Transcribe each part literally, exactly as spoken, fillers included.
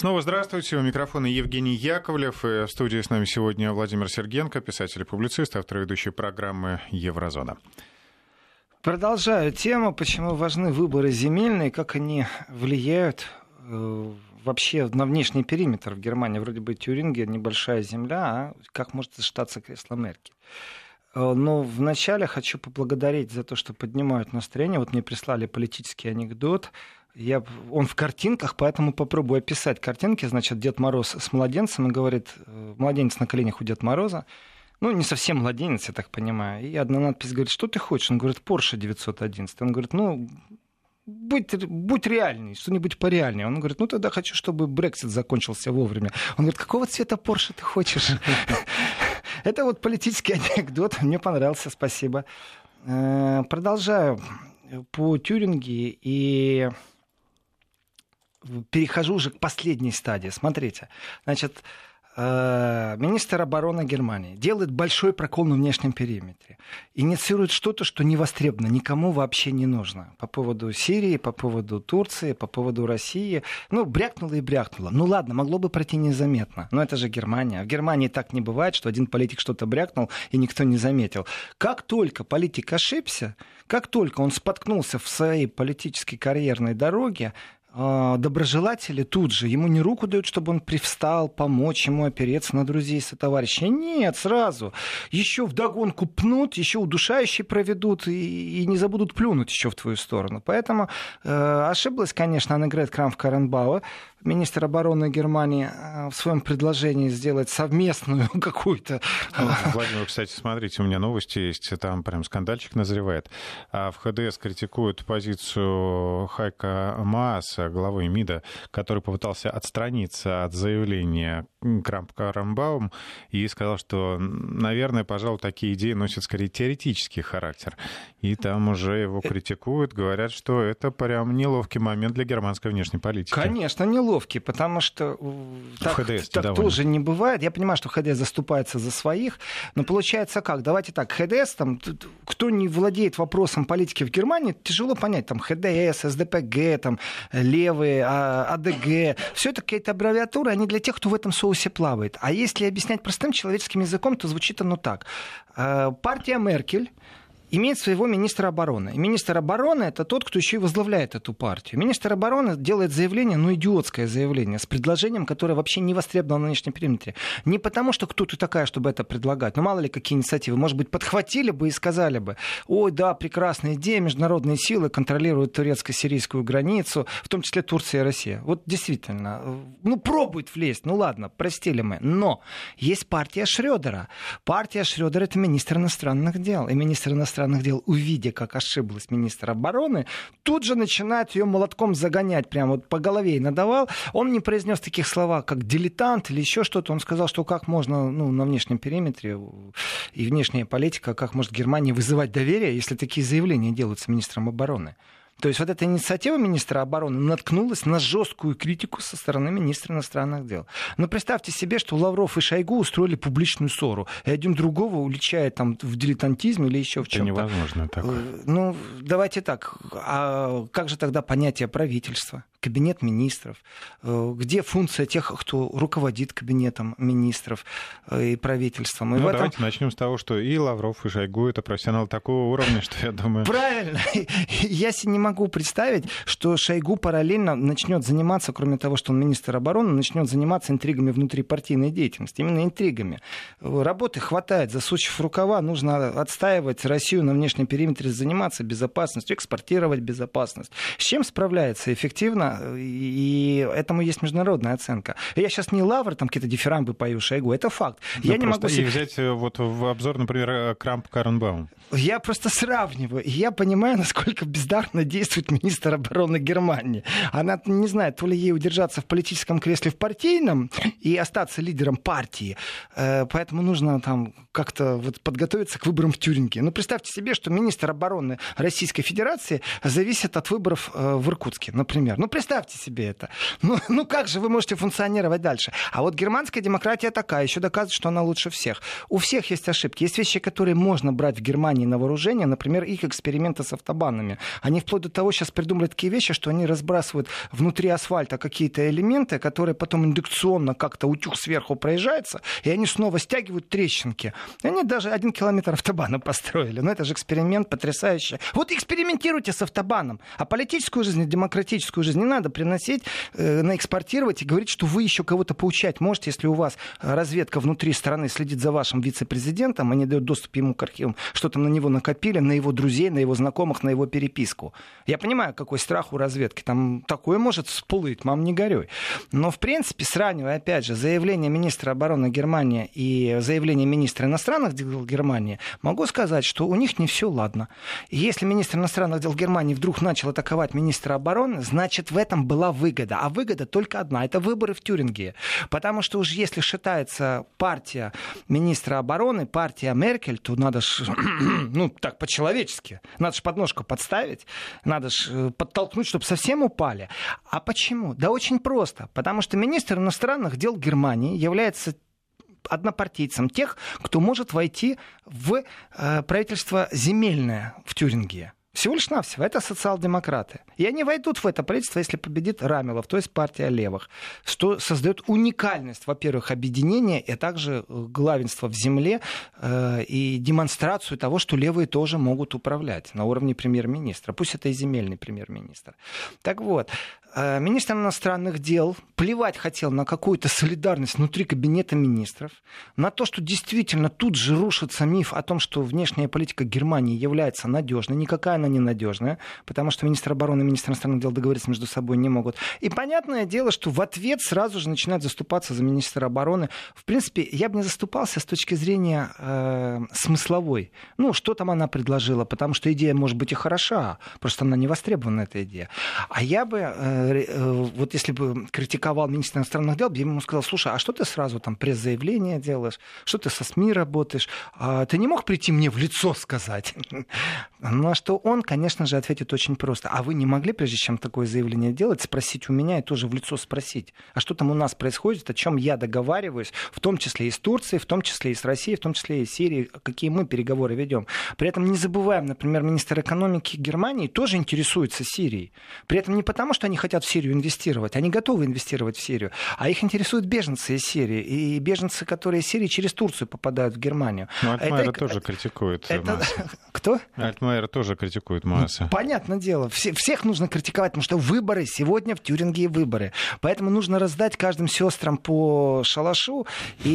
Снова здравствуйте. У микрофона Евгений Яковлев. И в студии с нами сегодня Владимир Сергенко, писатель и публицист, автор и ведущий программы «Еврозона». Продолжаю тему, почему важны выборы земельные, как они влияют э, вообще на внешний периметр в Германии. Вроде бы Тюрингия небольшая земля, а как может сочетаться кресло Меркель. Но вначале хочу поблагодарить за то, что поднимают настроение. Вот мне прислали политический анекдот. Я, он в картинках, поэтому попробую описать картинки. Значит, Дед Мороз с младенцем и говорит, младенец на коленях у Деда Мороза. Ну, не совсем младенец, я так понимаю. И одна надпись говорит, что ты хочешь? Он говорит, Porsche девятьсот одиннадцать. Он говорит, ну, будь, будь реальней, что-нибудь пореальнее. Он говорит, ну, тогда хочу, чтобы Брексит закончился вовремя. Он говорит, какого цвета Porsche ты хочешь? Это вот политический анекдот. Мне понравился, спасибо. Продолжаю по Тюрингии и перехожу уже к последней стадии. Смотрите, значит, министр обороны Германии делает большой прокол на внешнем периметре, инициирует что-то, что не востребовано, никому вообще не нужно. По поводу Сирии, по поводу Турции, по поводу России. Ну, брякнуло и брякнуло. Ну ладно, могло бы пройти незаметно, но это же Германия. В Германии так не бывает, что один политик что-то брякнул, и никто не заметил. Как только политик ошибся, как только он споткнулся в своей политической карьерной дороге, доброжелатели тут же ему не руку дают, чтобы он привстал, помочь ему опереться на друзей, сотоварищей. Нет, сразу. Еще вдогонку пнут, еще удушающие проведут и, и не забудут плюнуть еще в твою сторону. Поэтому э, ошиблась, конечно, Аннегрет Крамф-Карренбауэр, министр обороны Германии, в своем предложении сделать совместную какую-то... Владимир, кстати, смотрите, у меня новости есть, там прям скандальчик назревает. В ХДС критикуют позицию Хайка Мааса, главы МИДа, который попытался отстраниться от заявления Крамф-Карренбауэр и сказал, что, наверное, пожалуй, такие идеи носят скорее теоретический характер. И там уже его критикуют, говорят, что это прям неловкий момент для германской внешней политики. Конечно, неловкий. Потому что так, так тоже не бывает. Я понимаю, что ХДС заступается за своих, но получается как? Давайте так, ХДС, там, кто не владеет вопросом политики в Германии, тяжело понять, там, ХДС, СДПГ, там, левые, АДГ, все это какие-то аббревиатуры, они для тех, кто в этом соусе плавает. А если объяснять простым человеческим языком, то звучит оно так. Партия Меркель имеет своего министра обороны. И министр обороны — это тот, кто еще и возглавляет эту партию. Министр обороны делает заявление, ну, идиотское заявление, с предложением, которое вообще не востребовано на внешнем периметре. Не потому, что кто ты такая, чтобы это предлагать, но мало ли какие инициативы. Может быть, подхватили бы и сказали бы, ой, да, прекрасная идея, международные силы контролируют турецко-сирийскую границу, в том числе Турция и Россия. Вот действительно, ну, пробует влезть, ну, ладно, простили мы. Но есть партия Шрёдера. Партия Шрёдера — это министр иностранных дел. И министр иностранных дел, увидя, как ошиблась министр обороны, тут же начинает ее молотком загонять, прямо вот по голове и надавал. Он не произнес таких слов, как дилетант или еще что-то. Он сказал, что как можно, ну, на внешнем периметре и внешняя политика, как может Германия вызывать доверие, если такие заявления делаются министром обороны. То есть вот эта инициатива министра обороны наткнулась на жесткую критику со стороны министра иностранных дел. Но представьте себе, что Лавров и Шойгу устроили публичную ссору, и один другого уличает там в дилетантизме или еще в чем-то. Это невозможно такое. Ну, давайте так. А как же тогда понятие правительства? Кабинет министров, где функция тех, кто руководит кабинетом министров и правительством. И ну, в этом... давайте начнем с того, что и Лавров, и Шойгу — это профессионалы такого уровня, что я думаю... Правильно. Я себе не могу представить, что Шойгу параллельно начнет заниматься, кроме того, что он министр обороны, начнет заниматься интригами внутрипартийной деятельности. Именно интригами. Работы хватает, засучив рукава, нужно отстаивать Россию на внешнем периметре, заниматься безопасностью, экспортировать безопасность. С чем справляется эффективно? И этому есть международная оценка. Я сейчас не лавр, там какие-то дифирамбы пою Шойгу, это факт. Ну, я не могу себе... И взять вот в обзор, например, Крамф-Карренбауэр. Я просто сравниваю, и я понимаю, насколько бездарно действует министр обороны Германии. Она не знает, то ли ей удержаться в политическом кресле в партийном и остаться лидером партии, поэтому нужно там как-то вот подготовиться к выборам в Тюрингии. Ну, представьте себе, что министр обороны Российской Федерации зависит от выборов в Иркутске, например. Ну, представьте себе это. Ну, ну как же вы можете функционировать дальше? А вот германская демократия такая, еще доказывает, что она лучше всех. У всех есть ошибки. Есть вещи, которые можно брать в Германии на вооружение, например, их эксперименты с автобанами. Они вплоть до того сейчас придумали такие вещи, что они разбрасывают внутри асфальта какие-то элементы, которые потом индукционно как-то утюг сверху проезжается, и они снова стягивают трещинки. И они даже один километр автобана построили. Ну это же эксперимент потрясающий. Вот экспериментируйте с автобаном. А политическую жизнь, демократическую жизнь не надо приносить, э, наэкспортировать и говорить, что вы еще кого-то поучать можете, если у вас разведка внутри страны следит за вашим вице-президентом, а не дает доступ ему к архивам, что там на него накопили, на его друзей, на его знакомых, на его переписку. Я понимаю, какой страх у разведки. Там такое может всплыть, мам, не горюй. Но, в принципе, сравнивая, опять же, заявление министра обороны Германии и заявление министра иностранных дел Германии, могу сказать, что у них не все ладно. И если министр иностранных дел Германии вдруг начал атаковать министра обороны, значит, в этом была выгода. А выгода только одна. Это выборы в Тюрингии. Потому что уж если считается партия министра обороны, партия Меркель, то надо ж, ну, так, по-человечески, надо ж подножку подставить, надо ж подтолкнуть, чтобы совсем упали. А почему? Да очень просто. Потому что министр иностранных дел Германии является однопартийцем тех, кто может войти в э, правительство земельное в Тюрингии. Всего лишь навсего. Это социал-демократы. И они войдут в это правительство, если победит Рамилов, то есть партия левых. Что создает уникальность, во-первых, объединения, и также главенство в земле э, и демонстрацию того, что левые тоже могут управлять на уровне премьер-министра. Пусть это и земельный премьер-министр. Так вот, э, министр иностранных дел плевать хотел на какую-то солидарность внутри кабинета министров, на то, что действительно тут же рушится миф о том, что внешняя политика Германии является надежной. Никакая она ненадежная, потому что министр обороны и министр иностранных дел договориться между собой не могут. И понятное дело, что в ответ сразу же начинают заступаться за министра обороны. В принципе, я бы не заступался с точки зрения э, смысловой. Ну, что там она предложила, потому что идея может быть и хороша, просто она не востребована, эта идея. А я бы, э, э, вот если бы критиковал министра иностранных дел, я бы ему сказал: слушай, а что ты сразу там пресс-заявление делаешь, что ты со СМИ работаешь, а ты не мог прийти мне в лицо сказать? На что он, конечно же, ответит очень просто. А вы не могли, прежде чем такое заявление делать, спросить у меня и тоже в лицо спросить, а что там у нас происходит, о чем я договариваюсь, в том числе и с Турцией, в том числе и с Россией, в том числе и с Сирией, какие мы переговоры ведем. При этом не забываем, например, министр экономики Германии тоже интересуется Сирией. При этом не потому, что они хотят в Сирию инвестировать, они готовы инвестировать в Сирию, а их интересуют беженцы из Сирии, и беженцы, которые из Сирии через Турцию попадают в Германию. Но Альтмайер это... тоже критикует. Это... Кто? Альтмайер тоже критикует массы. Ну, понятное дело. Все, всех нужно критиковать, потому что выборы. Сегодня в Тюрингии выборы. Поэтому нужно раздать каждым сестрам по шалашу.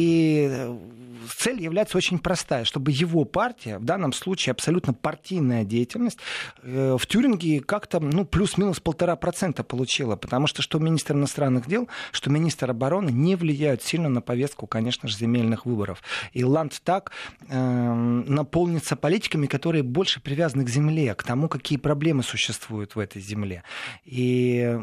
И цель является очень простая. Чтобы его партия, в данном случае абсолютно партийная деятельность, в Тюрингии как-то ну, плюс-минус полтора процента получила. Потому что что министр иностранных дел, что министр обороны не влияют сильно на повестку, конечно же, земельных выборов. И Ландтаг э, наполнится политиками, которые больше привязаны к земле, к тому, какие проблемы существуют в этой земле. И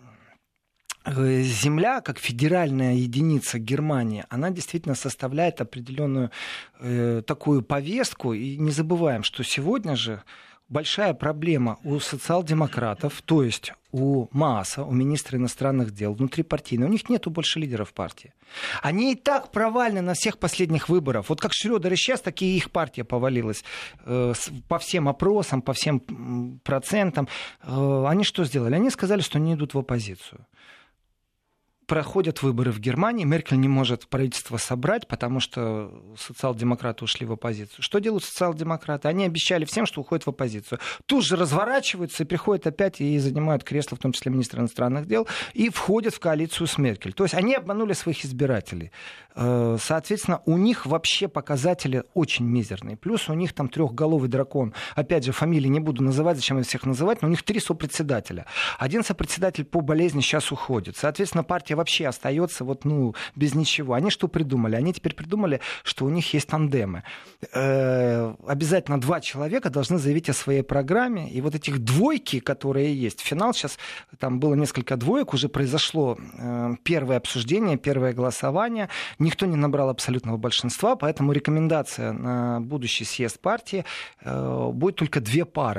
земля, как федеральная единица Германии, она действительно составляет определенную э, такую повестку. И не забываем, что сегодня же большая проблема у социал-демократов, то есть у Мааса, у министра иностранных дел, внутрипартийной, у них нету больше лидеров партии. Они и так провальны на всех последних выборах. Вот как Шрёдер исчез, так и их партия повалилась э, по всем опросам, по всем процентам. Э, они что сделали? Они сказали, что они идут в оппозицию. Проходят выборы в Германии, Меркель не может правительство собрать, потому что социал-демократы ушли в оппозицию. Что делают социал-демократы? Они обещали всем, что уходят в оппозицию. Тут же разворачиваются и приходят опять и занимают кресло, в том числе министра иностранных дел, и входят в коалицию с Меркель. То есть они обманули своих избирателей. Соответственно, у них вообще показатели очень мизерные. Плюс у них там трехголовый дракон. Опять же, фамилии не буду называть, зачем их всех называть, но у них три сопредседателя. Один сопредседатель по болезни сейчас уходит. Соответственно, партия вообще остается вот, ну, без ничего. Они что придумали? Они теперь придумали, что у них есть тандемы. Э-э- обязательно два человека должны заявить о своей программе. И вот этих двойки, которые есть, финал сейчас, там было несколько двоек, уже произошло э- первое обсуждение, первое голосование. Никто не набрал абсолютного большинства, поэтому рекомендация на будущий съезд партии э- будет только две пары.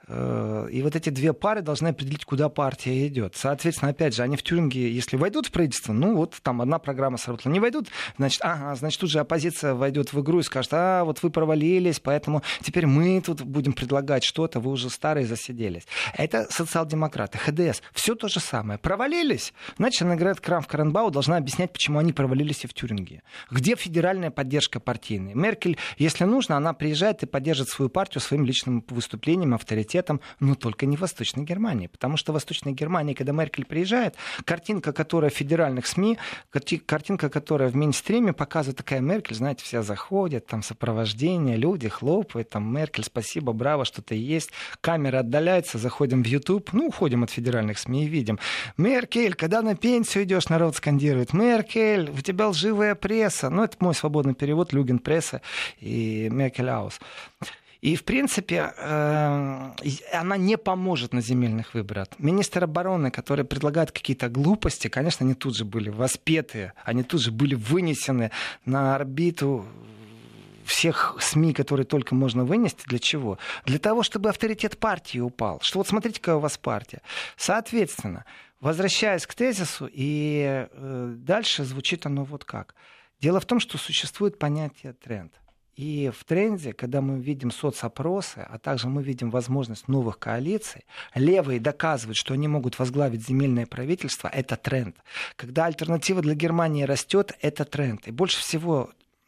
И вот эти две пары должны определить, куда партия идет. Соответственно, опять же, они в Тюрингии, если войдут в правительство, ну вот там одна программа сработала. Не войдут, значит, ага, значит, тут же оппозиция войдет в игру и скажет, а, вот вы провалились, поэтому теперь мы тут будем предлагать что-то, вы уже старые засиделись. Это социал-демократы, ХДС. Все то же самое. Провалились, значит, Аннегрет Крамф-Карренбау должна объяснять, почему они провалились и в Тюрингии. Где федеральная поддержка партийная? Меркель, если нужно, она приезжает и поддержит свою партию своим личным выступлением, авторитетом, но только не в Восточной Германии. Потому что в Восточной Германии, когда Меркель приезжает, картинка, которая в федеральных СМИ, картинка, которая в мейнстриме показывает такая Меркель, знаете, все заходят, там сопровождение, люди хлопают, там Меркель, спасибо, браво, что-то есть. Камера отдаляется, заходим в YouTube, ну, уходим от федеральных СМИ и видим. Меркель, когда на пенсию идешь, народ скандирует. Меркель, у тебя лживая пресса. Ну, это мой свободный перевод, Люгенпресса и Меркель-Аус. И, в принципе, она не поможет на земельных выборах. Министр обороны, который предлагает какие-то глупости, конечно, они тут же были воспеты, они тут же были вынесены на орбиту всех СМИ, которые только можно вынести. Для чего? Для того, чтобы авторитет партии упал. Что вот смотрите, какая у вас партия. Соответственно, возвращаясь к тезису, и дальше звучит оно вот как. Дело в том, что существует понятие тренд. И в тренде, когда мы видим соцопросы, а также мы видим возможность новых коалиций, левые доказывают, что они могут возглавить земельное правительство, это тренд. Когда альтернатива для Германии растет, это тренд. И больше всего,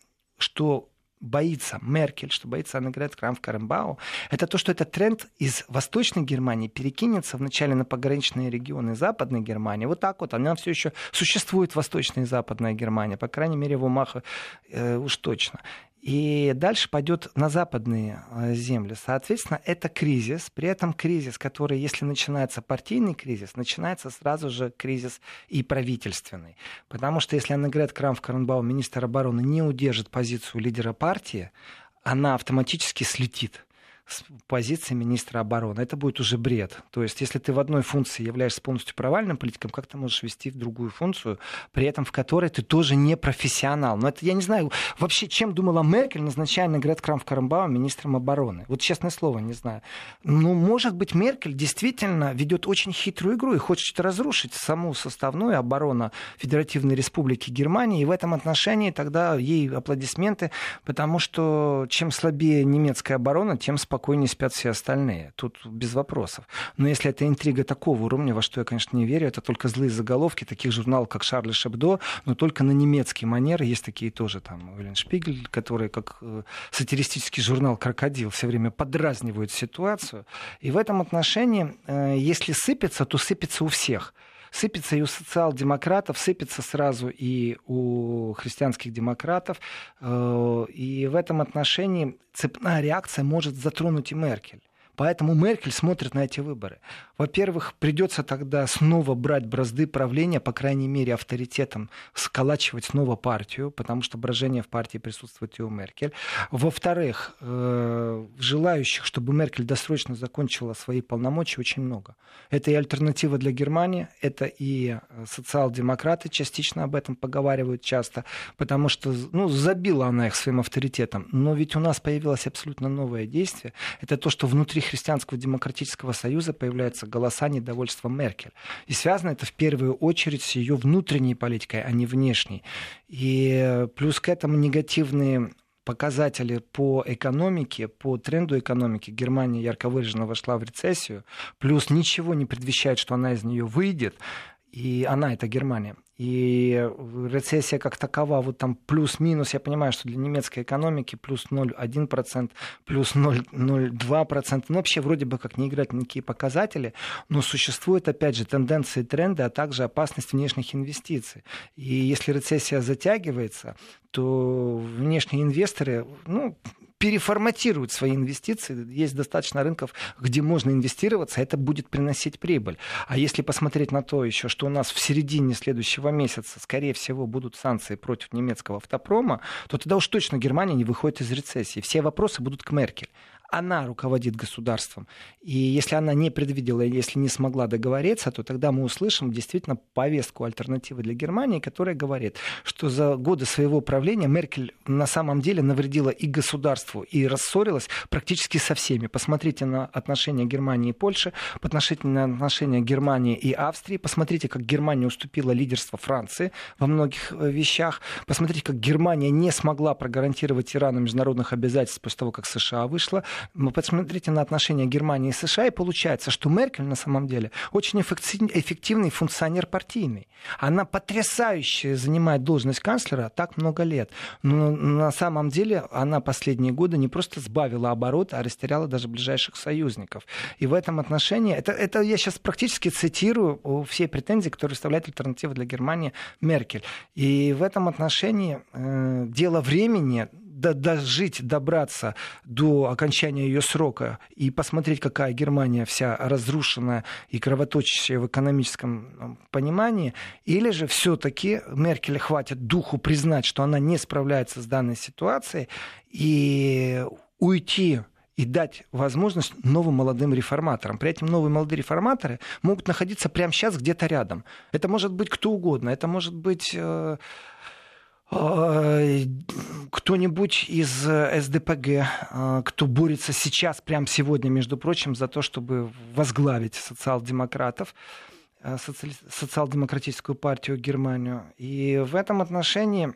что боится Меркель, что боится Аннегрет Крамф-Карренбау, это то, что этот тренд из Восточной Германии перекинется вначале на пограничные регионы Западной Германии. Вот так вот, она все еще существует, Восточная и Западная Германия, по крайней мере, в умах э, уж точно. И дальше пойдет на западные земли. Соответственно, это кризис. При этом кризис, который, если начинается партийный кризис, начинается сразу же кризис и правительственный. Потому что если Аннегрет Крамф-Карренбау, министр обороны, не удержит позицию лидера партии, она автоматически слетит с позиции министра обороны. Это будет уже бред. То есть, если ты в одной функции являешься полностью провальным политиком, как ты можешь вести в другую функцию, при этом в которой ты тоже не профессионал? Но это, я не знаю, вообще, чем думала Меркель, назначая Аннегрет Крамф-Карренбау министром обороны. Вот честное слово, не знаю. Но, может быть, Меркель действительно ведет очень хитрую игру и хочет разрушить саму составную оборону Федеративной Республики Германии. И в этом отношении тогда ей аплодисменты, потому что чем слабее немецкая оборона, тем спокойнее спокойнее спят все остальные. Тут без вопросов. Но если это интрига такого уровня, во что я, конечно, не верю, это только злые заголовки таких журналов, как «Шарль Шебдо», но только на немецкий манер. Есть такие тоже, там, Уиллен Шпигель, которые, как э, сатиристический журнал «Крокодил», все время подразнивают ситуацию. И в этом отношении, э, если сыпется, то сыпется у всех. Сыпется и у социал-демократов, сыпется сразу и у христианских демократов. И в этом отношении цепная реакция может затронуть и Меркель. Поэтому Меркель смотрит на эти выборы. Во-первых, придется тогда снова брать бразды правления, по крайней мере, авторитетом, сколачивать снова партию, потому что брожение в партии присутствует и у Меркель. Во-вторых, э, желающих, чтобы Меркель досрочно закончила свои полномочия, очень много. Это и альтернатива для Германии, это и социал-демократы частично об этом поговаривают часто, потому что ну, забила она их своим авторитетом. Но ведь у нас появилось абсолютно новое действие. Это то, что внутри Христианского демократического союза появляются голоса недовольства Меркель. И связано это в первую очередь с ее внутренней политикой, а не внешней. И плюс к этому негативные показатели по экономике, по тренду экономики. Германия ярко выраженно вошла в рецессию, плюс ничего не предвещает, что она из нее выйдет. И она, это Германия. И рецессия как такова, вот там плюс-минус, я понимаю, что для немецкой экономики плюс ноль целых одна десятая процента, плюс ноль целых два десятых процента, ну вообще вроде бы как не играть никакие показатели, но существуют, опять же, тенденции, тренды, а также опасность внешних инвестиций. И если рецессия затягивается, то внешние инвесторы, ну, переформатируют свои инвестиции. Есть достаточно рынков, где можно инвестироваться, это будет приносить прибыль. А если посмотреть на то еще, что у нас в середине следующего месяца, скорее всего, будут санкции против немецкого автопрома, то тогда уж точно Германия не выходит из рецессии. Все вопросы будут к Меркель. она руководит государством. И если она не предвидела, если не смогла договориться, то тогда мы услышим действительно повестку альтернативы для Германии, которая говорит, что за годы своего правления Меркель на самом деле навредила и государству, и рассорилась практически со всеми. Посмотрите на отношения Германии и Польши, посмотрите на отношения Германии и Австрии, посмотрите, как Германия уступила лидерство Франции во многих вещах, посмотрите, как Германия не смогла прогарантировать Ирану международных обязательств после того, как США вышла. Посмотрите на отношения Германии и США, и получается, что Меркель на самом деле очень эффективный функционер партийный. Она потрясающе занимает должность канцлера так много лет. Но на самом деле она последние годы не просто сбавила обороты, а растеряла даже ближайших союзников. И в этом отношении, это, это я сейчас практически цитирую все претензии, которые выставляет альтернатива для Германии Меркель. И в этом отношении э, дело времени дожить, добраться до окончания ее срока и посмотреть, какая Германия вся разрушенная и кровоточащая в экономическом понимании, или же все-таки Меркель хватит духу признать, что она не справляется с данной ситуацией, и уйти и дать возможность новым молодым реформаторам. При этом новые молодые реформаторы могут находиться прямо сейчас где-то рядом. Это может быть кто угодно, это может быть э, кто-нибудь из эс дэ пэ гэ, кто борется сейчас, прямо сегодня, между прочим, за то, чтобы возглавить социал-демократов, соци... социал-демократическую партию Германию. И в этом отношении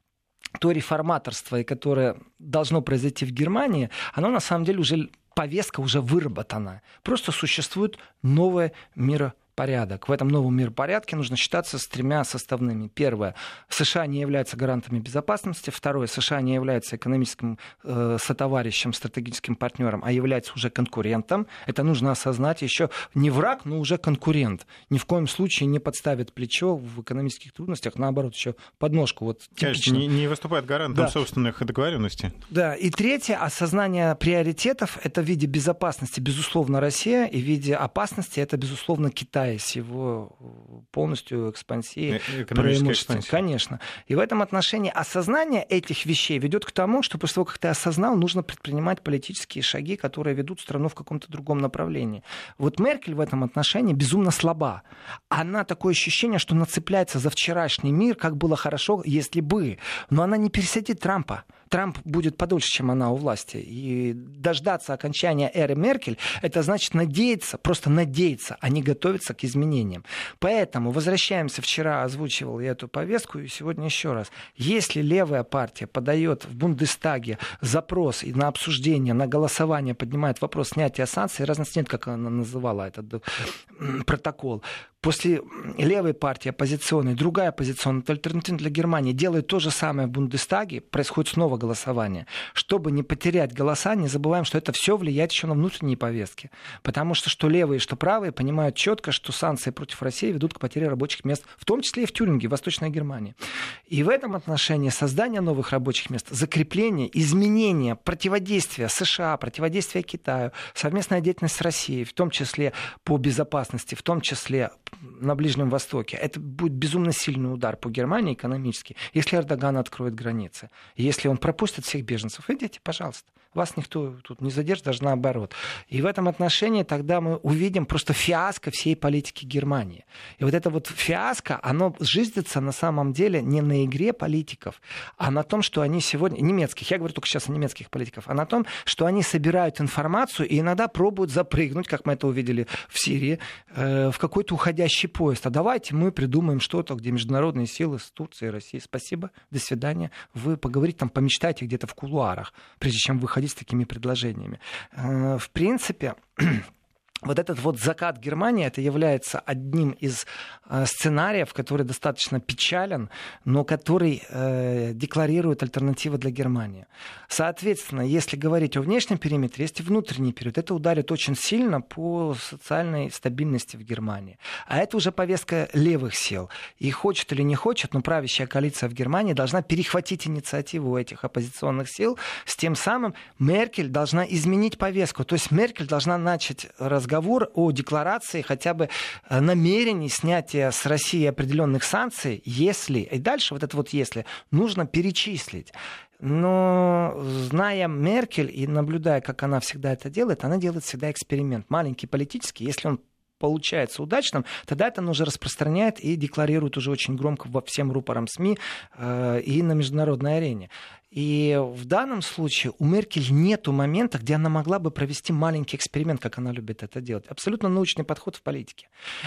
то реформаторство, которое должно произойти в Германии, оно на самом деле уже, повестка уже выработана. Просто существует новое миропорядок. Порядок. В этом новом миропорядке нужно считаться с тремя составными. Первое. США не являются гарантами безопасности. Второе. США не являются экономическим э, сотоварищем, стратегическим партнером, а является уже конкурентом. Это нужно осознать. Еще не враг, но уже конкурент. Ни в коем случае не подставит плечо в экономических трудностях. Наоборот, еще подножку. Вот, Конечно, не, не выступает гарантом да. собственных договоренностей. Да. И третье. Осознание приоритетов. Это в виде безопасности, безусловно, Россия. И в виде опасности это, безусловно, Китай. С его полностью экспансией, преимуществом. Конечно. И в этом отношении осознание этих вещей ведет к тому, что после того, как ты осознал, нужно предпринимать политические шаги, которые ведут страну в каком-то другом направлении. Вот Меркель в этом отношении безумно слаба. Она такое ощущение, что она цепляется за вчерашний мир, как было хорошо, если бы. Но она не пересидит Трампа. Трамп будет подольше, чем она у власти. И дождаться окончания эры Меркель, это значит надеяться, просто надеяться, а не готовиться к изменениям. Поэтому возвращаемся, вчера озвучивал я эту повестку, и сегодня еще раз. Если левая партия подает в Бундестаге запрос и на обсуждение, на голосование поднимает вопрос снятия санкций, разницы нет, как она называла этот протокол, после левой партии оппозиционной, другая оппозиционная, альтернатива для Германии делает то же самое в Бундестаге, происходит снова голосование. Чтобы не потерять голоса, не забываем, что это все влияет еще на внутренние повестки. Потому что что левые, что правые понимают четко, что санкции против России ведут к потере рабочих мест, в том числе и в Тюрингии, в Восточной Германии. И в этом отношении создание новых рабочих мест, закрепление, изменение, противодействие США, противодействие Китаю, совместная деятельность с Россией, в том числе по безопасности, в том числе на Ближнем Востоке, это будет безумно сильный удар по Германии экономически, если Эрдоган откроет границы. Если он пропустит всех беженцев, идите, пожалуйста. Вас никто тут не задержит, даже наоборот. И в этом отношении тогда мы увидим просто фиаско всей политики Германии. И вот это вот фиаско, оно жизнится на самом деле не на игре политиков, а на том, что они сегодня, немецких, я говорю только сейчас о немецких политиков, а на том, что они собирают информацию и иногда пробуют запрыгнуть, как мы это увидели в Сирии, э, в какой-то уходящий поезд. А давайте мы придумаем что-то, где международные силы с Турцией и Россией. Спасибо, до свидания. Вы поговорите, там, помечтайте где-то в кулуарах, прежде чем выходить с такими предложениями. В принципе, вот этот вот закат Германии, это является одним из э, сценариев, который достаточно печален, но который э, декларирует альтернативу для Германии. Соответственно, если говорить о внешнем периметре, есть и внутренний период. Это ударит очень сильно по социальной стабильности в Германии. А это уже повестка левых сил. И хочет или не хочет, но правящая коалиция в Германии должна перехватить инициативу у этих оппозиционных сил. С тем самым Меркель должна изменить повестку. То есть Меркель должна начать разговаривать разговор о декларации хотя бы намерений снятия с России определенных санкций, если, и дальше вот это вот если, нужно перечислить. Но зная Меркель и наблюдая, как она всегда это делает, она делает всегда эксперимент. Маленький политический, если он получается удачным, тогда это она уже распространяет и декларирует уже очень громко во всем рупорам СМИ э, и на международной арене. И в данном случае у Меркель нет момента, где она могла бы провести маленький эксперимент, как она любит это делать. Абсолютно научный подход в политике.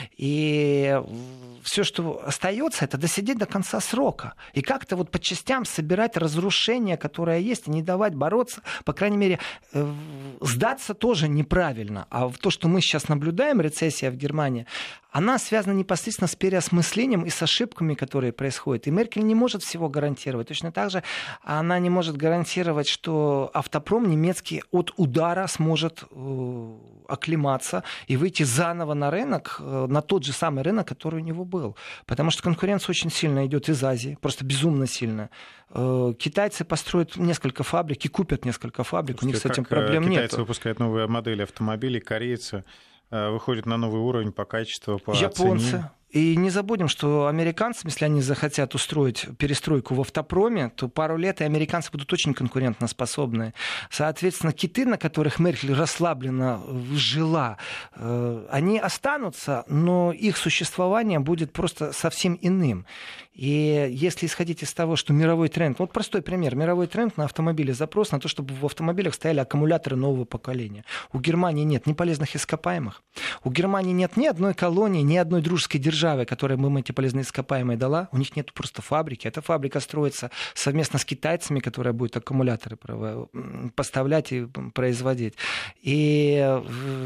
И все, что остается, это досидеть до конца срока. И как-то вот по частям собирать разрушение, которое есть, и не давать бороться. По крайней мере, сдаться тоже неправильно. А то, что мы сейчас наблюдаем, рецессия в Германии, она связана непосредственно с переосмыслением и с ошибками, которые происходят. И Меркель не может всего гарантировать. Точно так же она не может гарантировать, что автопром немецкий от удара сможет э, оклематься и выйти заново на рынок, э, на тот же самый рынок, который у него был. Потому что конкуренция очень сильно идет из Азии, просто безумно сильно. Э, китайцы построят несколько фабрик и купят несколько фабрик. Слушайте, у них с этим проблем нет. Китайцы выпускают новые модели автомобилей, корейцы выходят на новый уровень по качеству, по Японцы. цене. И не забудем, что американцам, если они захотят устроить перестройку в автопроме, то пару лет и американцы будут очень конкурентоспособны. Соответственно, киты, на которых Меркель расслабленно жила, они останутся, но их существование будет просто совсем иным. И если исходить из того, что мировой тренд, вот простой пример, мировой тренд на автомобиле, запрос на то, чтобы в автомобилях стояли аккумуляторы нового поколения. У Германии нет ни полезных ископаемых, у Германии нет ни одной колонии, ни одной дружеской державы, которая бы им эти полезные ископаемые дала, у них нет просто фабрики. Эта фабрика строится совместно с китайцами, которая будет аккумуляторы поставлять и производить. И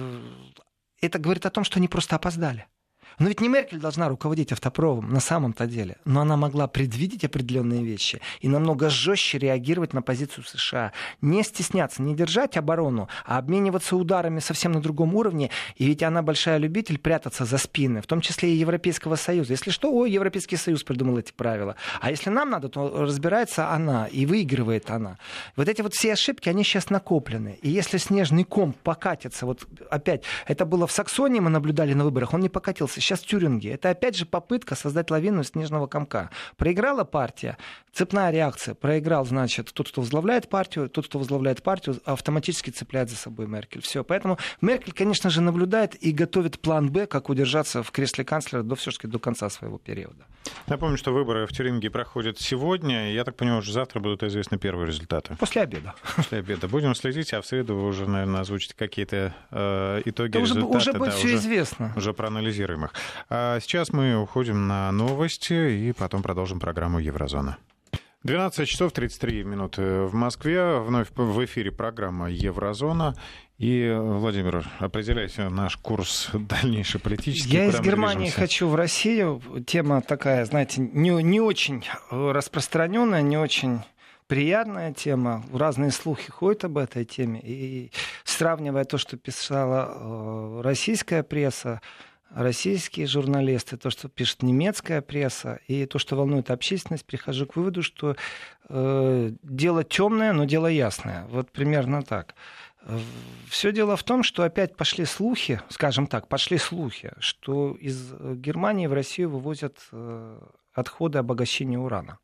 это говорит о том, что они просто опоздали. Но ведь не Меркель должна руководить автопромом на самом-то деле. Но она могла предвидеть определенные вещи и намного жестче реагировать на позицию США. Не стесняться, не держать оборону, а обмениваться ударами совсем на другом уровне. И ведь она большая любитель прятаться за спины, в том числе и Европейского Союза. Если что, ой, Европейский Союз придумал эти правила. А если нам надо, то разбирается она и выигрывает она. Вот эти вот все ошибки, они сейчас накоплены. И если снежный ком покатится, вот опять, это было в Саксонии, мы наблюдали на выборах, он не покатился. Сейчас в Тюринге. Это опять же попытка создать лавину снежного комка. Проиграла партия, цепная реакция. Проиграл, значит, тот, кто возглавляет партию, тот, кто возглавляет партию, автоматически цепляет за собой Меркель. Все. Поэтому Меркель, конечно же, наблюдает и готовит план Б, как удержаться в кресле канцлера до, все-таки до конца своего периода. Напомню, что выборы в Тюринге проходят сегодня. Я так понимаю, уже завтра будут известны первые результаты. После обеда. После обеда. Будем следить, а в среду вы уже, наверное, озвучите какие-то э, итоги, да результаты. Уже, уже будет да, все уже, известно. Уже проанализируем их. А сейчас мы уходим на новости и потом продолжим программу «Еврозона». двенадцать часов тридцать три минуты в Москве. Вновь в эфире программа «Еврозона». И, Владимир, определяйте наш курс дальнейший политический. Я из Германии хочу в Россию. Тема такая, знаете, не, не очень распространенная, не очень приятная тема. Разные слухи ходят об этой теме. И сравнивая то, что писала российская пресса, российские журналисты, то, что пишет немецкая пресса, и то, что волнует общественность, прихожу к выводу, что э, дело темное, но дело ясное. Вот примерно так. Все дело в том, что опять пошли слухи, скажем так, пошли слухи, что из Германии в Россию вывозят э, отходы обогащения урана.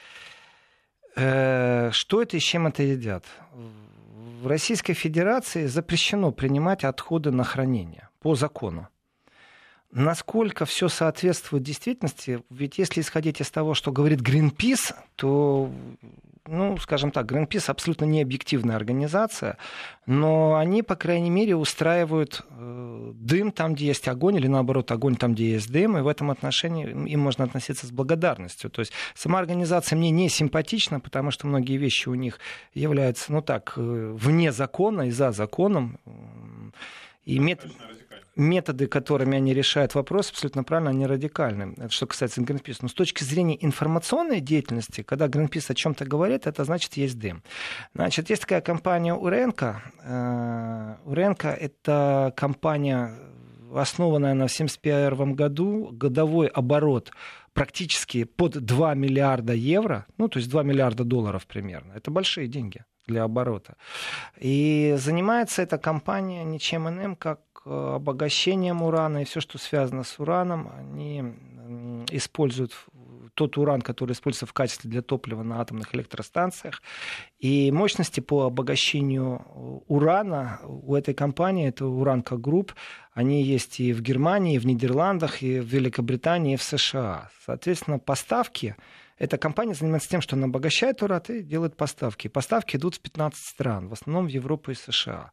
Э, что это и с чем это едят? В Российской Федерации запрещено принимать отходы на хранение по закону. Насколько все соответствует действительности, ведь если исходить из того, что говорит Greenpeace, то, ну, скажем так, Greenpeace абсолютно не объективная организация, но они, по крайней мере, устраивают э, дым там, где есть огонь, или наоборот, огонь там, где есть дым, и в этом отношении им можно относиться с благодарностью. То есть сама организация мне не симпатична, потому что многие вещи у них являются, ну так, э, вне закона и за законом. И метод... методы, которыми они решают вопрос, абсолютно правильно, они радикальны. Это что касается Greenpeace. Но с точки зрения информационной деятельности, когда Greenpeace о чем-то говорит, это значит есть дым. Значит, есть такая компания Уренко. Уренко — это компания, основанная на семьдесят первом году, годовой оборот практически под два миллиарда евро, ну, то есть два миллиарда долларов примерно. Это большие деньги для оборота. И занимается эта компания ничем иным, как обогащением урана и все, что связано с ураном, они используют тот уран, который используется в качестве для топлива на атомных электростанциях. И мощности по обогащению урана у этой компании, это Uranco Group, они есть и в Германии, и в Нидерландах, и в Великобритании, и в США. Соответственно, поставки... Эта компания занимается тем, что она обогащает уран и делает поставки. Поставки идут в пятнадцать стран, в основном в Европу и США.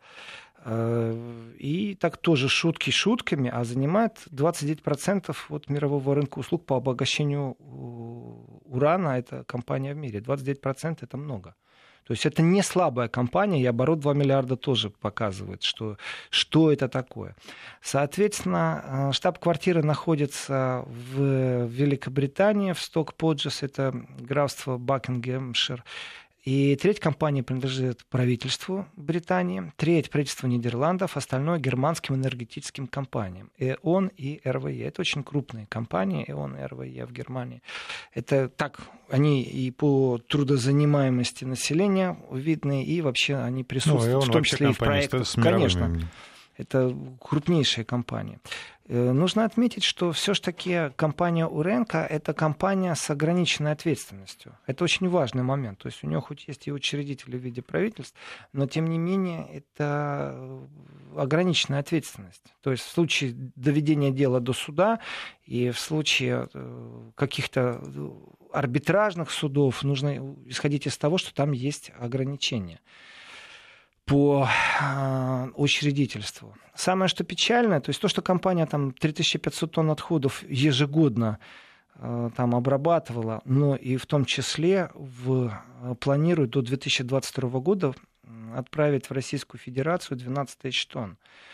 И так тоже шутки шутками, а занимает двадцать девять процентов от мирового рынка услуг по обогащению урана. Это компания в мире. двадцать девять процентов это много. То есть это не слабая компания, и оборот два миллиарда тоже показывает, что, что это такое. Соответственно, штаб-квартира находится в Великобритании, в Сток-Поджес, это графство Бакингемшир. И треть компании принадлежит правительству Британии, треть правительству Нидерландов, остальное германским энергетическим компаниям. ЭОН и РВЕ. Это очень крупные компании, ЭОН и РВЕ в Германии. Это так, они и по трудозанимаемости населения видны, и вообще они присутствуют, ну, в том числе и в проектах. Конечно. Это крупнейшие компании. Нужно отметить, что все-таки компания Urenco — это компания с ограниченной ответственностью. Это очень важный момент. То есть у нее хоть есть и учредители в виде правительств, но тем не менее это ограниченная ответственность. То есть в случае доведения дела до суда и в случае каких-то арбитражных судов нужно исходить из того, что там есть ограничения по э, учредительству. Самое, что печальное, то есть то, что компания там три тысячи пятьсот тонн отходов ежегодно э, там обрабатывала, но и в том числе в, планирует до две тысячи двадцать второго года отправить в Российскую Федерацию двенадцать тысяч тонн.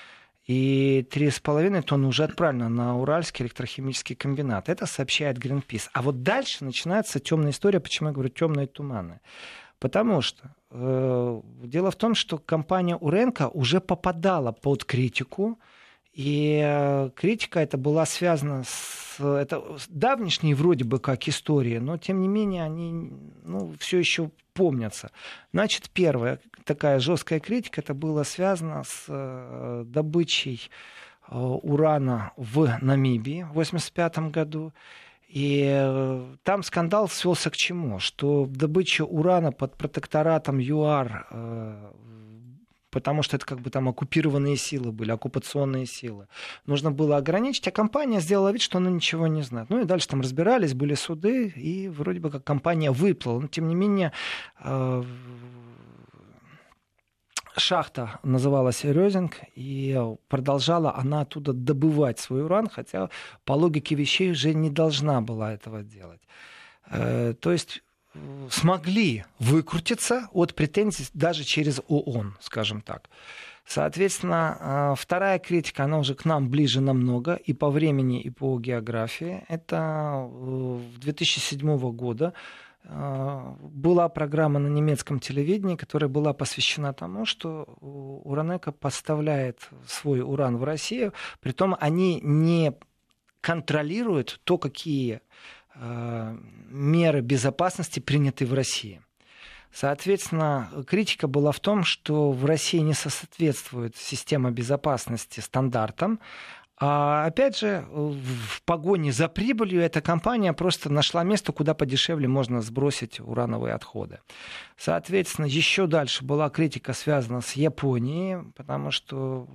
И три с половиной тонны уже отправлено на Уральский электрохимический комбинат. Это сообщает Greenpeace. А вот дальше начинается темная история. Почему я говорю темные туманы? Потому что э, дело в том, что компания Urenco уже попадала под критику, и э, критика эта была связана с, это, с давнишней вроде бы как историей, но тем не менее они ну, все еще помнятся. Значит, первая такая жесткая критика, это было связано с э, добычей э, урана в Намибии в восемьдесят пятом году. И там скандал свелся к чему? Что добыча урана под протекторатом ЮАР, потому что это как бы там оккупированные силы были, оккупационные силы, нужно было ограничить, а компания сделала вид, что она ничего не знает. Ну и дальше там разбирались, были суды, и вроде бы как компания выплыла. Но тем не менее... Шахта называлась Рёзинг, и продолжала она оттуда добывать свой уран, хотя по логике вещей уже не должна была этого делать. Э, то есть смогли выкрутиться от претензий даже через ООН, скажем так. Соответственно, вторая критика, она уже к нам ближе намного и по времени, и по географии. Это две тысячи седьмого года. Была программа на немецком телевидении, которая была посвящена тому, что Urenco поставляет свой уран в Россию, притом они не контролируют то, какие меры безопасности приняты в России. Соответственно, критика была в том, что в России не соответствует система безопасности стандартам. А опять же, в погоне за прибылью эта компания просто нашла место, куда подешевле можно сбросить урановые отходы. Соответственно, еще дальше была критика, связана с Японией, потому что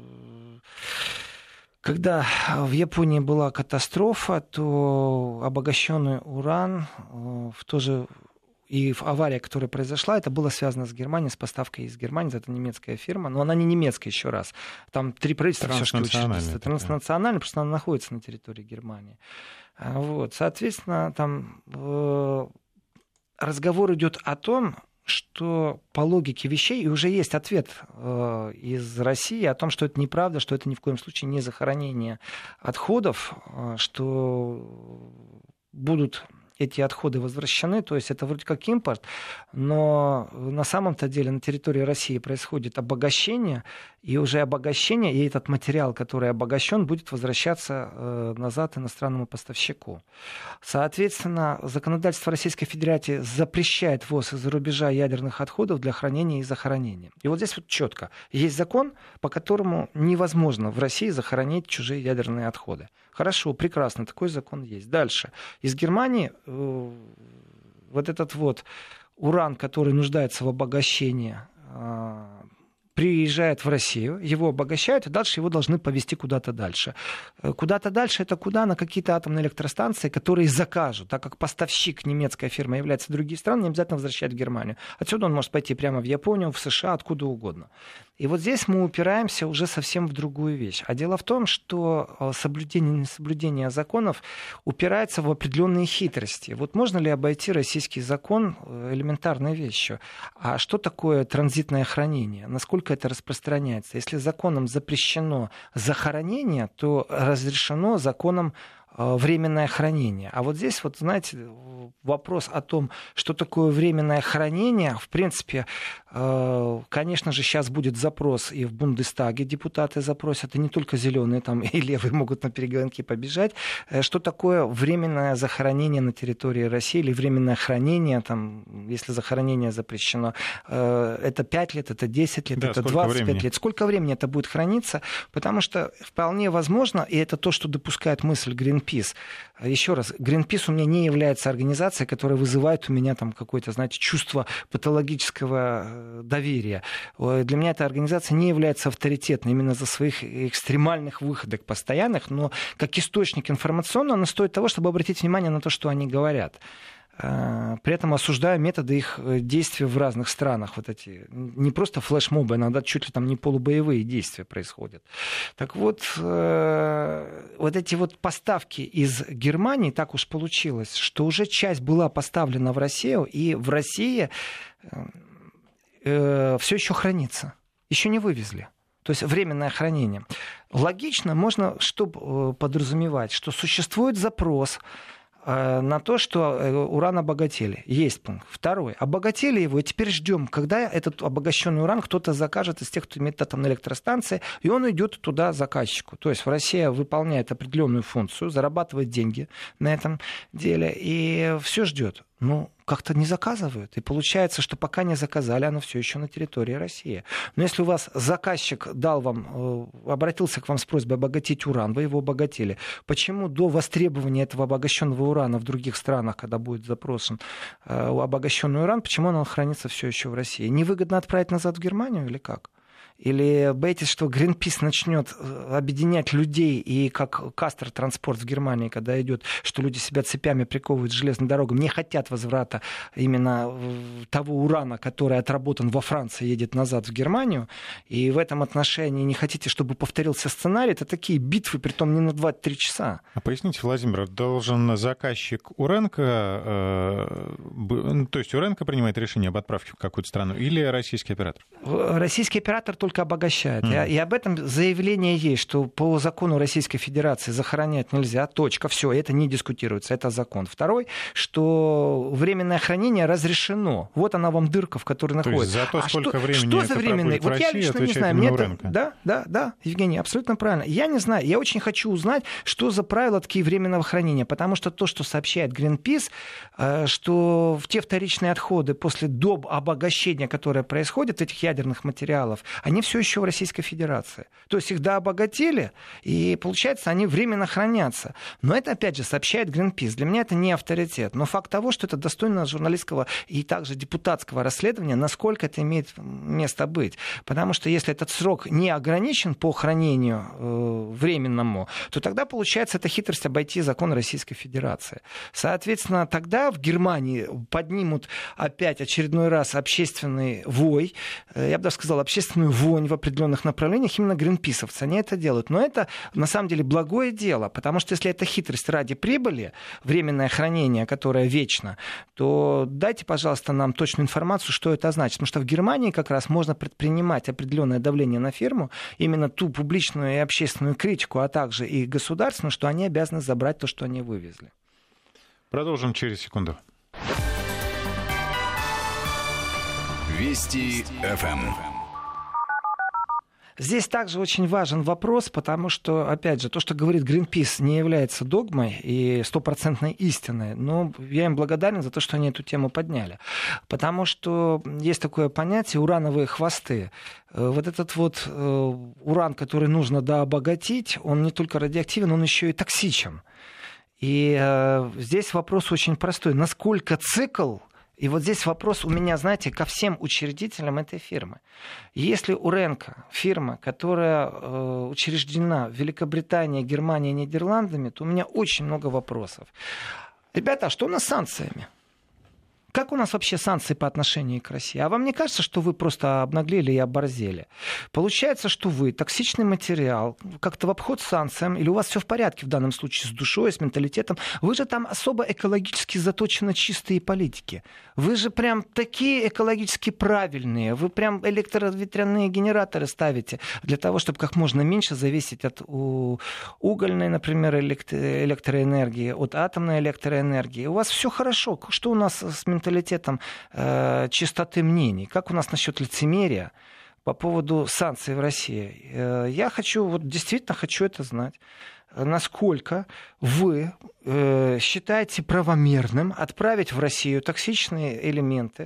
когда в Японии была катастрофа, то обогащенный уран в то же и авария, которая произошла, это было связано с Германией, с поставкой из Германии. Это немецкая фирма, но она не немецкая еще раз. Там три правительства все-таки учредительства. Транснациональная, просто она находится на территории Германии. Вот. Соответственно, там э, разговор идет о том, что по логике вещей, и уже есть ответ э, из России о том, что это неправда, что это ни в коем случае не захоронение отходов, э, что будут эти отходы возвращены, то есть это вроде как импорт, но на самом-то деле на территории России происходит обогащение, и уже обогащение, и этот материал, который обогащен, будет возвращаться э, назад иностранному поставщику. Соответственно, законодательство Российской Федерации запрещает ввоз из-за рубежа ядерных отходов для хранения и захоронения. И вот здесь вот четко. Есть закон, по которому невозможно в России захоронить чужие ядерные отходы. Хорошо, прекрасно, такой закон есть. Дальше. Из Германии э, вот этот вот уран, который нуждается в обогащении, э, приезжает в Россию, его обогащают, и дальше его должны повезти куда-то дальше. Куда-то дальше это куда? На какие-то атомные электростанции, которые закажут, так как поставщик немецкая фирма является другие страны, не обязательно возвращать в Германию. Отсюда он может пойти прямо в Японию, в США, откуда угодно. И вот здесь мы упираемся уже совсем в другую вещь. А дело в том, что соблюдение и несоблюдение законов упирается в определенные хитрости. Вот можно ли обойти российский закон элементарной вещью? А что такое транзитное хранение? Насколько это распространяется? Если законом запрещено захоронение, то разрешено законом временное хранение. А вот здесь, вот, знаете, вопрос о том, что такое временное хранение, в принципе, конечно же, сейчас будет запрос и в Бундестаге депутаты запросят, и не только зеленые там и левые могут на перегонки побежать, что такое временное захоронение на территории России или временное хранение, там, если захоронение запрещено, это пять лет, это десять лет, да, это двадцать пять времени? Лет. Сколько времени это будет храниться? Потому что вполне возможно, и это то, что допускает мысль Greenpeace. Еще раз, Greenpeace у меня не является организацией, которая вызывает у меня там какое-то, знаете, чувство патологического доверия. Для меня эта организация не является авторитетной именно за своих экстремальных выходок постоянных, но как источник информационный она стоит того, чтобы обратить внимание на то, что они говорят. При этом осуждаю методы их действий в разных странах. Вот эти не просто флешмобы, иногда чуть ли там не полубоевые действия происходят. Так вот, вот эти вот поставки из Германии, так уж получилось, что уже часть была поставлена в Россию, и в России все еще хранится. Еще не вывезли. То есть временное хранение. Логично, можно что подразумевать, что существует запрос на то, что уран обогатили. Есть пункт. Второй. Обогатили его, и теперь ждем, когда этот обогащенный уран кто-то закажет из тех, кто имеет атомные электростанции, и он идет туда заказчику. То есть Россия выполняет определенную функцию, зарабатывает деньги на этом деле, и все ждет. Ну, как-то не заказывают. И получается, что пока не заказали, оно все еще на территории России. Но если у вас заказчик дал вам, обратился к вам с просьбой обогатить уран, вы его обогатили, почему до востребования этого обогащенного урана в других странах, когда будет запросан обогащенный уран, почему он хранится все еще в России? Невыгодно отправить назад в Германию или как? Или боитесь, что Greenpeace начнет объединять людей, и как Кастер транспорт в Германии, когда идет, что люди себя цепями приковывают к железным дорогам, не хотят возврата именно того урана, который отработан во Франции, едет назад в Германию, и в этом отношении не хотите, чтобы повторился сценарий, это такие битвы, притом не на два-три часа. А поясните, Владимир, должен заказчик УРЭНКО, э, то есть УРЭНКО принимает решение об отправке в какую-то страну, или российский оператор? Российский оператор только обогащает. Mm. И, и об этом заявление есть, что по закону Российской Федерации захоронять нельзя. Точка. Все, это не дискутируется. Это закон. Второй, что временное хранение разрешено. Вот она вам дырка, в которой находится. То есть за то, а сколько что, времени что это за временный? Вот России, я лично не знаю. Мне это... рынка. Да, да, да, Евгений, абсолютно правильно. Я не знаю. Я очень хочу узнать, что за правила такие временного хранения. Потому что то, что сообщает Greenpeace, что в те вторичные отходы после доб обогащения, которое происходит, этих ядерных материалов, они все еще в Российской Федерации. То есть их дообогатили, и получается, они временно хранятся. Но это, опять же, сообщает Greenpeace. Для меня это не авторитет. Но факт того, что это достойно журналистского и также депутатского расследования, насколько это имеет место быть. Потому что если этот срок не ограничен по хранению э, временному, то тогда, получается, это хитрость обойти закон Российской Федерации. Соответственно, тогда в Германии поднимут опять очередной раз общественный вой, э, я бы даже сказал, общественную вонь в определенных направлениях, именно гринписовцы, они это делают. Но это, на самом деле, благое дело, потому что если это хитрость ради прибыли, временное хранение, которое вечно, то дайте, пожалуйста, нам точную информацию, что это значит. Потому что в Германии как раз можно предпринимать определенное давление на фирму, именно ту публичную и общественную критику, а также и государственную, что они обязаны забрать то, что они вывезли. Продолжим через секунду. Вести эф эм. Здесь также очень важен вопрос, потому что, опять же, то, что говорит Greenpeace, не является догмой и стопроцентной истиной. Но я им благодарен за то, что они эту тему подняли. Потому что есть такое понятие урановые хвосты. Вот этот вот уран, который нужно дообогатить, он не только радиоактивен, он еще и токсичен. И э, здесь вопрос очень простой. Насколько цикл... И вот здесь вопрос у меня, знаете, ко всем учредителям этой фирмы. Если УРЕНКО, фирма, которая э, учреждена в Великобритании, Германии, Нидерландами, то у меня очень много вопросов. Ребята, а что у нас с санкциями? Как у нас вообще санкции по отношению к России? А вам не кажется, что вы просто обнаглели и оборзели? Получается, что вы токсичный материал, как-то в обход санкциям, или у вас все в порядке в данном случае с душой, с менталитетом, вы же там особо экологически заточены чистые политики. Вы же прям такие экологически правильные, вы прям электроветряные генераторы ставите для того, чтобы как можно меньше зависеть от угольной, например, электроэнергии, от атомной электроэнергии. У вас все хорошо. Что у нас с менталитетом? менталитетом э, чистоты мнений. Как у нас насчет лицемерия по поводу санкций в России? Э, я хочу, вот действительно хочу это знать. Насколько вы э, считаете правомерным отправить в Россию токсичные элементы,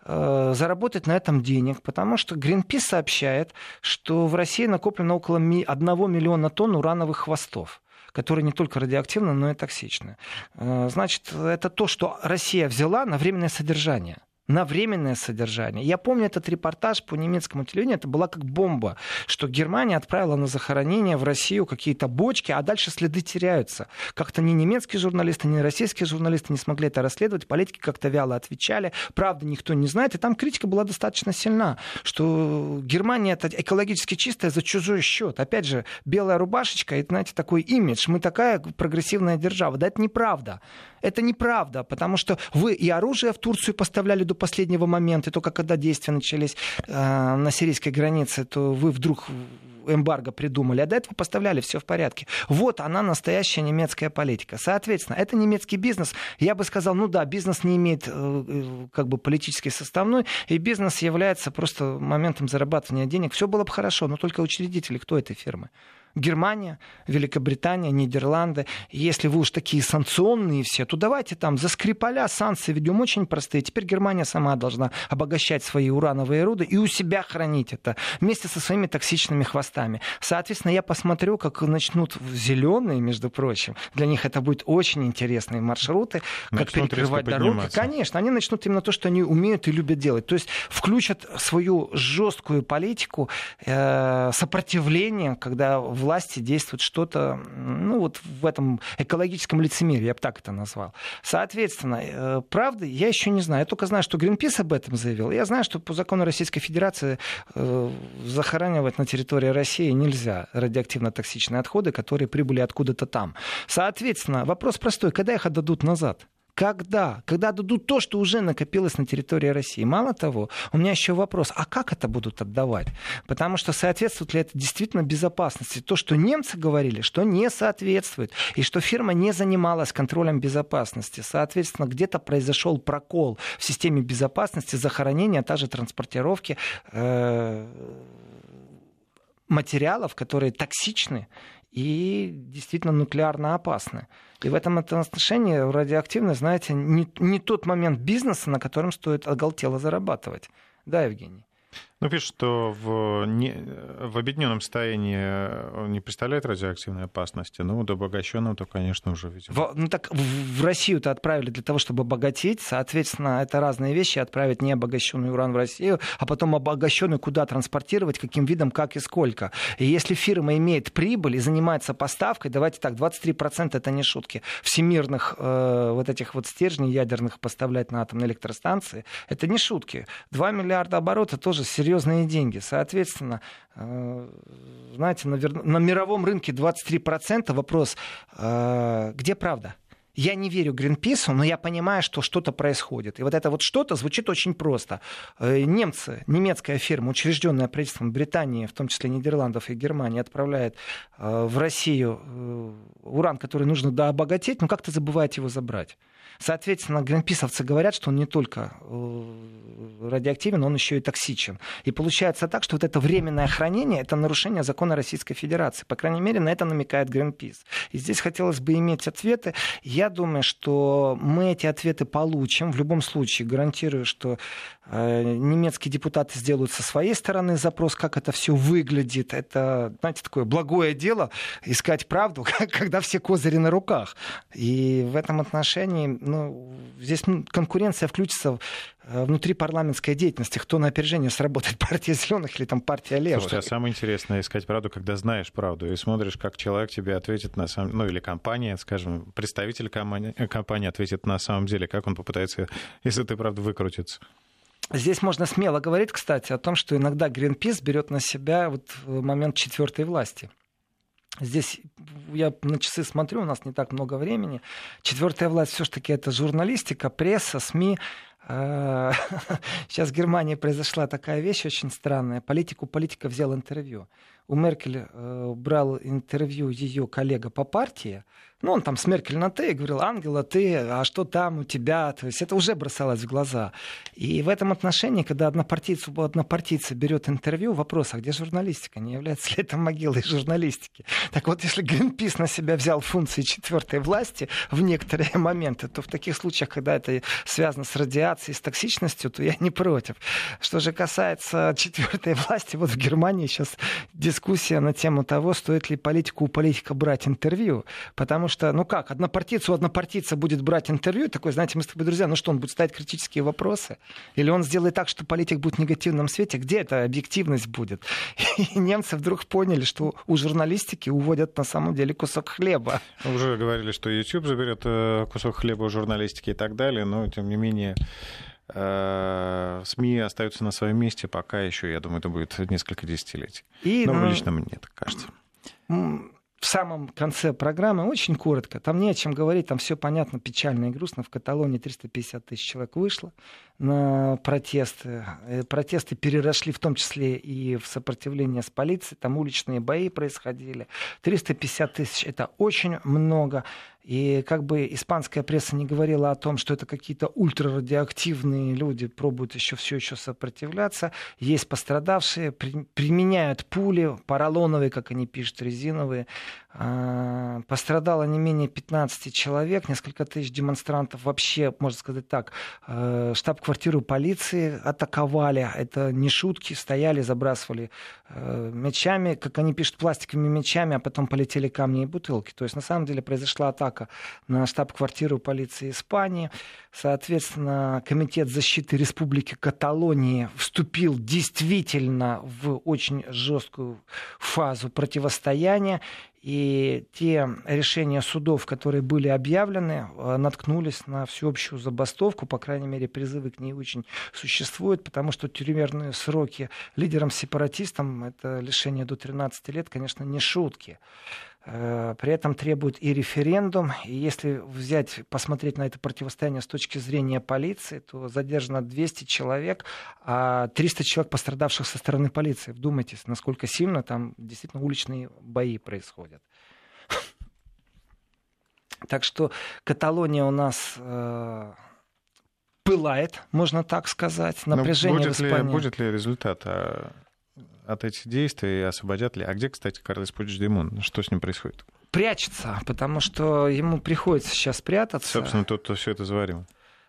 э, заработать на этом денег, потому что Greenpeace сообщает, что в России накоплено около одного миллиона тонн урановых хвостов, которые не только радиоактивны, но и токсичны. Значит, это то, что Россия взяла на временное содержание. На временное содержание. Я помню этот репортаж по немецкому телевидению, это была как бомба, что Германия отправила на захоронение в Россию какие-то бочки, а дальше следы теряются. Как-то ни немецкие журналисты, ни российские журналисты не смогли это расследовать, политики как-то вяло отвечали, правда никто не знает, и там критика была достаточно сильна, что Германия это экологически чистая за чужой счет. Опять же, белая рубашечка, это, знаете, такой имидж, мы такая прогрессивная держава. Да это неправда. Это неправда, потому что вы и оружие в Турцию поставляли до последнего момента, и только когда действия начались э, на сирийской границе, то вы вдруг эмбарго придумали, а до этого поставляли, все в порядке. Вот она, настоящая немецкая политика. Соответственно, это немецкий бизнес. Я бы сказал, ну да, бизнес не имеет э, как бы политический составной, и бизнес является просто моментом зарабатывания денег. Все было бы хорошо, но только учредители, кто этой фирмы? Германия, Великобритания, Нидерланды. Если вы уж такие санкционные все, то давайте там за Скрипаля санкции ведем очень простые. Теперь Германия сама должна обогащать свои урановые руды и у себя хранить это вместе со своими токсичными хвостами. Соответственно, я посмотрю, как начнут зеленые, между прочим. Для них это будет очень интересные маршруты, как начнут перекрывать дороги. Конечно, они начнут именно то, что они умеют и любят делать. То есть включат свою жесткую политику э, сопротивления, когда власти действует что-то, ну вот в этом экологическом лицемерии, я бы так это назвал. Соответственно, правда, я еще не знаю. Я только знаю, что Greenpeace об этом заявил. Я знаю, что по закону Российской Федерации э, захоранивать на территории России нельзя радиоактивно-токсичные отходы, которые прибыли откуда-то там. Соответственно, вопрос простой. Когда их отдадут назад? Когда? Когда дадут то, что уже накопилось на территории России. Мало того, у меня еще вопрос, а как это будут отдавать? Потому что соответствует ли это действительно безопасности? То, что немцы говорили, что не соответствует, и что фирма не занималась контролем безопасности. Соответственно, где-то произошел прокол в системе безопасности, захоронения, а также транспортировки э- материалов, которые токсичны и действительно нуклеарно опасны. И в этом отношении радиоактивность, знаете, не, не тот момент бизнеса, на котором стоит оголтело зарабатывать. Да, Евгений? Ну, пишут, что в, не, в объединенном состоянии он не представляет радиоактивной опасности, но до обогащенного, то, конечно, уже, видимо. В, ну, так в, в Россию-то отправили для того, чтобы обогатить. Соответственно, это разные вещи. Отправить необогащенный уран в Россию, а потом обогащенный куда транспортировать, каким видом, как и сколько. И если фирма имеет прибыль и занимается поставкой, давайте так, двадцать три процента это не шутки, всемирных э, вот этих вот стержней ядерных поставлять на атомные электростанции, это не шутки. два миллиарда оборота тоже серьезные деньги. Соответственно, знаете, на мировом рынке двадцать три процента. Вопрос, где правда? Я не верю Greenpeace, но я понимаю, что что-то происходит. И вот это вот что-то звучит очень просто. Немцы, немецкая фирма, учрежденная правительством Британии, в том числе Нидерландов и Германии, отправляет в Россию уран, который нужно дообогатить, но как-то забывает его забрать. Соответственно, гринписовцы говорят, что он не только радиоактивен, он еще и токсичен. И получается так, что вот это временное хранение — это нарушение закона Российской Федерации. По крайней мере, на это намекает Greenpeace. И здесь хотелось бы иметь ответы. Я думаю, что мы эти ответы получим. В любом случае, гарантирую, что э, немецкие депутаты сделают со своей стороны запрос, как это все выглядит. Это, знаете, такое благое дело — искать правду, когда все козыри на руках. И в этом отношении, ну, здесь конкуренция включится внутри парламентской деятельности. Кто на опережение сработает, партия зеленых или там партия левых. Слушай, а самое интересное — искать правду, когда знаешь правду, и смотришь, как человек тебе ответит на самом... Ну, или компания, скажем, представитель компании, компании ответит на самом деле, как он попытается, если ты, правда, выкрутиться. Здесь можно смело говорить, кстати, о том, что иногда Greenpeace берет на себя вот момент четвертой власти. Здесь я на часы смотрю, у нас не так много времени. Четвертая власть все-таки это журналистика, пресса, СМИ. Сейчас в Германии произошла такая вещь очень странная. Политику политика взял интервью. У Меркель э, брал интервью ее коллега по партии. Ну, он там с Меркель на «ты» и говорил: «Ангела, ты, а что там у тебя?» То есть это уже бросалось в глаза. И в этом отношении, когда однопартийца у однопартийца берет интервью, вопрос: а где журналистика? Не является ли это могилой журналистики? Так вот, если Greenpeace на себя взял функции четвертой власти в некоторые моменты, то в таких случаях, когда это связано с радиацией, с токсичностью, то я не против. Что же касается четвертой власти, вот в Германии сейчас дискуссия на тему того, стоит ли политику у политика брать интервью. Потому что, ну как, однопартийцу у однопартийца будет брать интервью, такой, знаете, мы с тобой друзья, ну что, он будет ставить критические вопросы? Или он сделает так, что политик будет в негативном свете? Где эта объективность будет? И немцы вдруг поняли, что у журналистики уводят на самом деле кусок хлеба. Уже говорили, что YouTube заберет кусок хлеба у журналистики и так далее, но тем не менее СМИ остаются на своем месте, пока еще, я думаю, это будет несколько десятилетий. И, но ну, лично мне так кажется. В самом конце программы, очень коротко, там не о чем говорить, там все понятно, печально и грустно. В Каталонии триста пятьдесят тысяч человек вышло на протесты. Протесты переросли в том числе и в сопротивление с полицией, там уличные бои происходили. триста пятьдесят тысяч — это очень много. И как бы испанская пресса не говорила о том, что это какие-то ультрарадиоактивные люди пробуют еще все еще сопротивляться. Есть пострадавшие, при, применяют пули, поролоновые, как они пишут, резиновые. А, пострадало не менее пятнадцать человек, несколько тысяч демонстрантов. Вообще, можно сказать так, а, штаб-квартиру полиции атаковали. Это не шутки, стояли, забрасывали а, мячами, как они пишут, пластиковыми мячами, а потом полетели камни и бутылки. То есть на самом деле произошла атака на штаб-квартиру полиции Испании. Соответственно, Комитет защиты Республики Каталонии вступил действительно в очень жесткую фазу противостояния. И те решения судов, которые были объявлены, наткнулись на всеобщую забастовку. По крайней мере, призывы к ней очень существуют, потому что тюремные сроки лидерам-сепаратистам, это лишение до тринадцати лет, конечно, не шутки. При этом требует и референдум. И если взять, посмотреть на это противостояние с точки зрения полиции, то задержано двести человек, а триста человек, пострадавших со стороны полиции. Вдумайтесь, насколько сильно там действительно уличные бои происходят. Так что Каталония у нас э, пылает, можно так сказать. Напряжение будет в Испании. Ли, будет ли результат от этих действий, освободят ли? А где, кстати, Карлес Пучдемон? Что с ним происходит? Прячется, потому что ему приходится сейчас прятаться. Собственно, тот, кто все это заварил.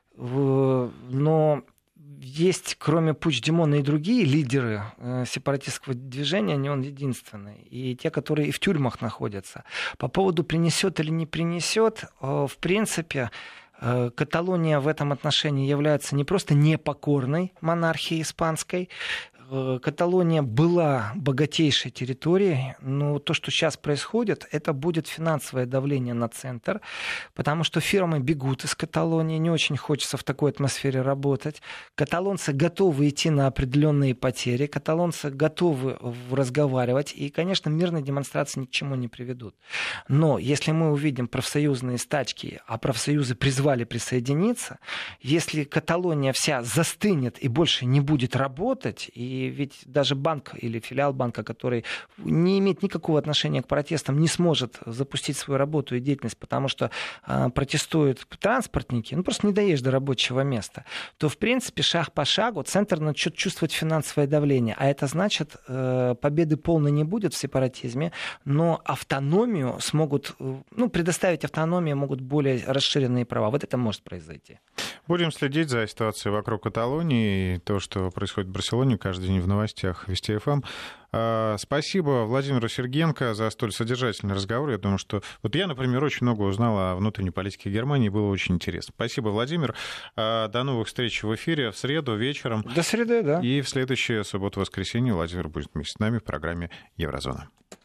Но есть, кроме Пучдемона, и другие лидеры сепаратистского движения, не он единственный. И те, которые и в тюрьмах находятся. По поводу принесет или не принесет, в принципе, Каталония в этом отношении является не просто непокорной монархией испанской. Каталония была богатейшей территорией, но то, что сейчас происходит, это будет финансовое давление на центр, потому что фирмы бегут из Каталонии, не очень хочется в такой атмосфере работать. Каталонцы готовы идти на определенные потери, каталонцы готовы разговаривать, и, конечно, мирные демонстрации ни к чему не приведут. Но если мы увидим профсоюзные стачки, а профсоюзы призвали присоединиться, если Каталония вся застынет и больше не будет работать, и И ведь даже банк или филиал банка, который не имеет никакого отношения к протестам, не сможет запустить свою работу и деятельность, потому что э, протестуют транспортники, ну просто не доедешь до рабочего места, то, в принципе, шаг по шагу центр начнет чувствовать финансовое давление. А это значит, э, победы полной не будет в сепаратизме, но автономию смогут, ну, предоставить автономию могут более расширенные права. Вот это может произойти. Будем следить за ситуацией вокруг Каталонии и то, что происходит в Барселоне каждый день в новостях Вести эф эм. Спасибо Владимиру Сергенко за столь содержательный разговор. Я думаю, что... Вот я, например, очень много узнал о внутренней политике Германии, было очень интересно. Спасибо, Владимир. До новых встреч в эфире в среду вечером. До среды, да. И в следующую субботу-воскресенье Владимир будет вместе с нами в программе «Еврозона».